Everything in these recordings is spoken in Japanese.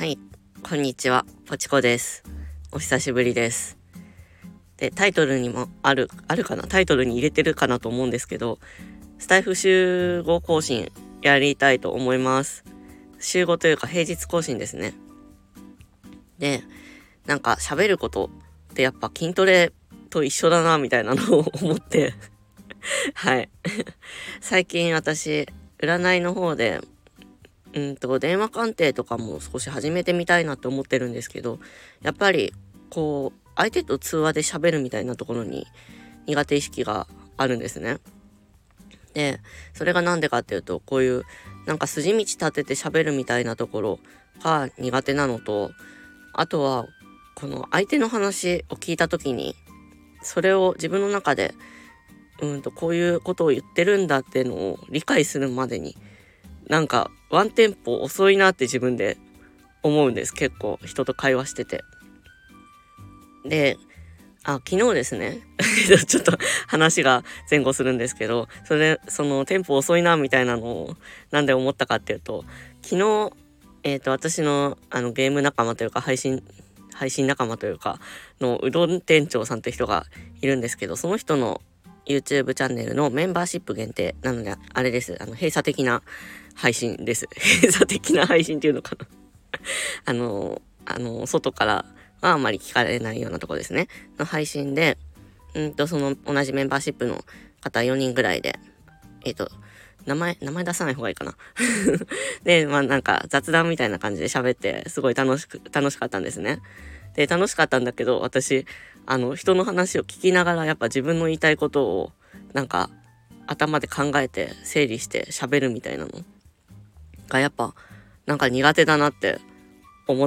はい、こんにちは、ポチコです。お久しぶりです。で、タイトルにもあるかな、タイトルに入れてるかなと思うんですけど、スタイフ週5更新やりたいと思います。週5というか平日更新ですね。で、なんか喋ることってやっぱ筋トレと一緒だなみたいなのを思ってはい。最近私、占いの方で電話鑑定とかも少し始めてみたいなって思ってるんですけど、やっぱりこう相手と通話で喋るみたいなところに苦手意識があるんですね。で、それがなんでかっていうと、こういうなんか筋道立てて喋るみたいなところが苦手なのと、あとはこの相手の話を聞いた時に、それを自分の中でこういうことを言ってるんだっていうのを理解するまでになんかワンテンポ遅いなって自分で思うんです。結構人と会話してて。で、昨日ですねちょっと話が前後するんですけど、そのテンポ遅いなみたいなのをなんで思ったかっていうと、昨日私のゲーム仲間というか配信仲間というかのうどん店長さんって人がいるんですけど、その人の YouTube チャンネルのメンバーシップ限定なので、あれです。閉鎖的な配信です。閉鎖的な配信っていうのかな外からはあんまり聞かれないようなところですね。の配信で、その同じメンバーシップの方4人ぐらいで、名前出さない方がいいかな。で、なんか雑談みたいな感じで喋って、すごい楽しかったんですね。で、楽しかったんだけど、私、人の話を聞きながら、やっぱ自分の言いたいことを、なんか、頭で考えて、整理して喋るみたいなのが、やっぱ、なんか苦手だなって思って。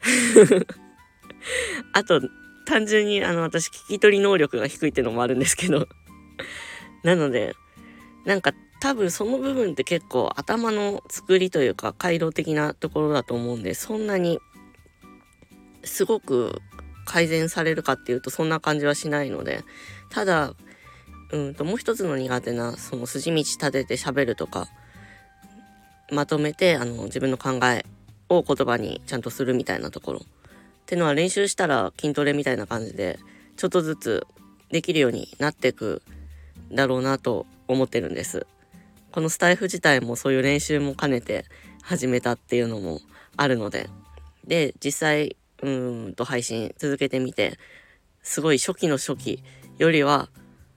あと、単純に、私、聞き取り能力が低いっていうのもあるんですけど。なので、なんか、多分その部分って結構頭の作りというか回路的なところだと思うんで、そんなにすごく改善されるかっていうとそんな感じはしないので、ただもう一つの苦手なその筋道立てて喋るとか、まとめて自分の考えを言葉にちゃんとするみたいなところってのは練習したら筋トレみたいな感じでちょっとずつできるようになっていくだろうなと思ってるんです。このスタイフ自体もそういう練習も兼ねて始めたっていうのもあるので、で実際配信続けてみて、すごい初期の初期よりは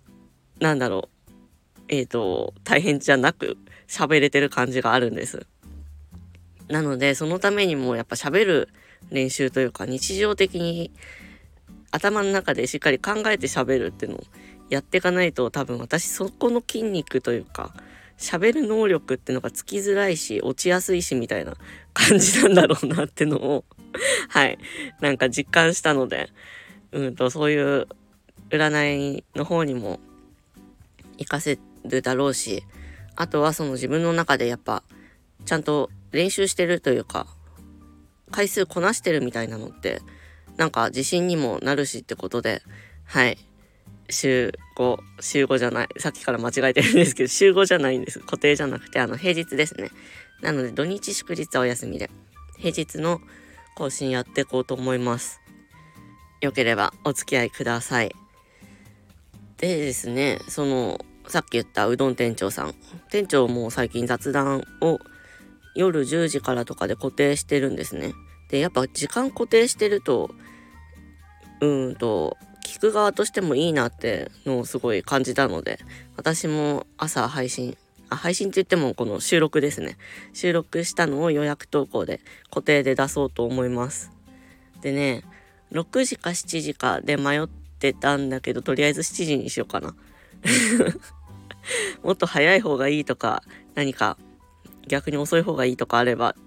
大変じゃなく喋れてる感じがあるんです。なのでそのためにもやっぱ喋る練習というか、日常的に頭の中でしっかり考えて喋るっていうのをやっていかないと、多分私そこの筋肉というか喋る能力ってのがつきづらいし落ちやすいしみたいな感じなんだろうなってのをはいなんか実感したので、そういう占いの方にも活かせるだろうし、あとはその自分の中でやっぱちゃんと練習してるというか回数こなしてるみたいなのってなんか自信にもなるしってことで、はい週5じゃない、さっきから間違えてるんですけど、週5じゃないんです。固定じゃなくて平日ですね。なので土日祝日はお休みで平日の更新やっていこうと思います。よければお付き合いください。でですね、さっき言ったうどん店長も最近雑談を夜10時からとかで固定してるんですね。でやっぱ時間固定してると聞く側としてもいいなってのをすごい感じたので、私も朝配信って言ってもこの収録ですね。収録したのを予約投稿で固定で出そうと思います。でね、6時か7時かで迷ってたんだけど、とりあえず7時にしようかな。もっと早い方がいいとか、何か逆に遅い方がいいとかあれば、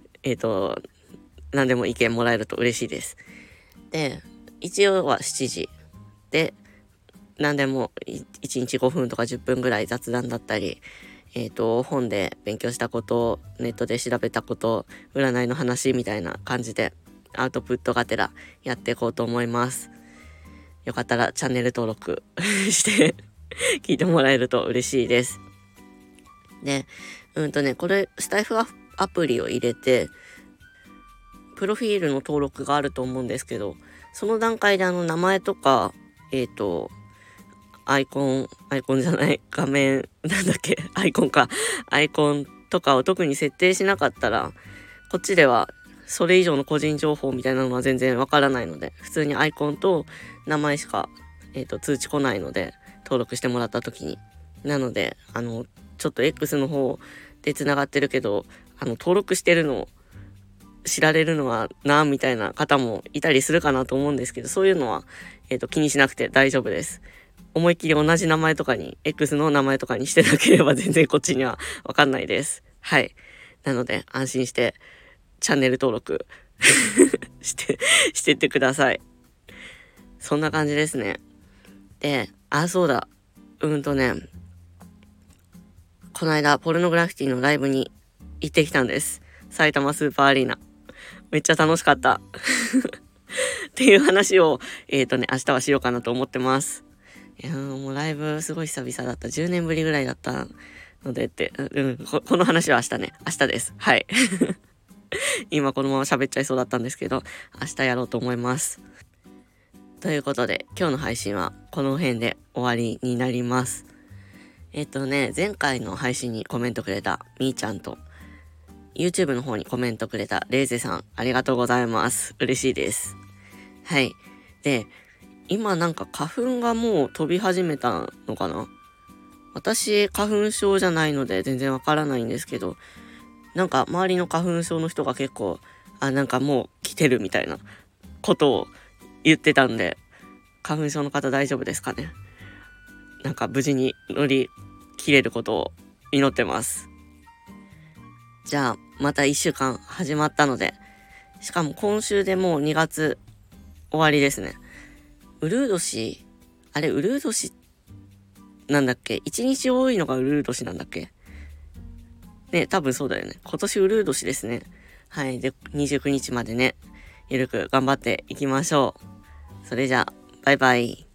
何でも意見もらえると嬉しいです。で、一応は7時で、何でも1日5分とか10分ぐらい雑談だったり、本で勉強したこと、ネットで調べたこと、占いの話みたいな感じでアウトプットがてらやっていこうと思います。よかったらチャンネル登録して聞いてもらえると嬉しいです。で、これスタイフアプリを入れてプロフィールの登録があると思うんですけど、その段階で名前とか、アイコンじゃない、画面、なんだっけ、アイコンとかを特に設定しなかったら、こっちではそれ以上の個人情報みたいなのは全然わからないので、普通にアイコンと名前しか、通知来ないので、登録してもらった時に。なので、ちょっと X の方で繋がってるけど、登録してるの知られるのはな、みたいな方もいたりするかなと思うんですけど、そういうのは、気にしなくて大丈夫です。思いっきり同じ名前とかに、X の名前とかにしてなければ全然こっちにはわかんないです。はい。なので、安心して、チャンネル登録してってください。そんな感じですね。で、そうだ。この間、ポルノグラフィティのライブに行ってきたんです。埼玉スーパーアリーナ。めっちゃ楽しかった。っていう話を、明日はしようかなと思ってます。いやもうライブすごい久々だった。10年ぶりぐらいだったのでって、この話は明日です。はい。今このまま喋っちゃいそうだったんですけど、明日やろうと思います。ということで、今日の配信はこの辺で終わりになります。前回の配信にコメントくれたみーちゃんと、YouTube の方にコメントくれたレイゼさん、ありがとうございます。嬉しいです。はい。で、今なんか花粉がもう飛び始めたのかな？私、花粉症じゃないので全然わからないんですけど、なんか周りの花粉症の人が結構、なんかもう来てるみたいなことを言ってたんで、花粉症の方大丈夫ですかね？なんか無事に乗り切れることを祈ってます。じゃあ、また1週間始まったので、しかも今週でもう2月終わりですね。ウルー年なんだっけ？ 1 日多いのがウルー年なんだっけね、多分そうだよね。今年ウルー年ですね。はい。で、29日までね、ゆるく頑張っていきましょう。それじゃあ、バイバイ。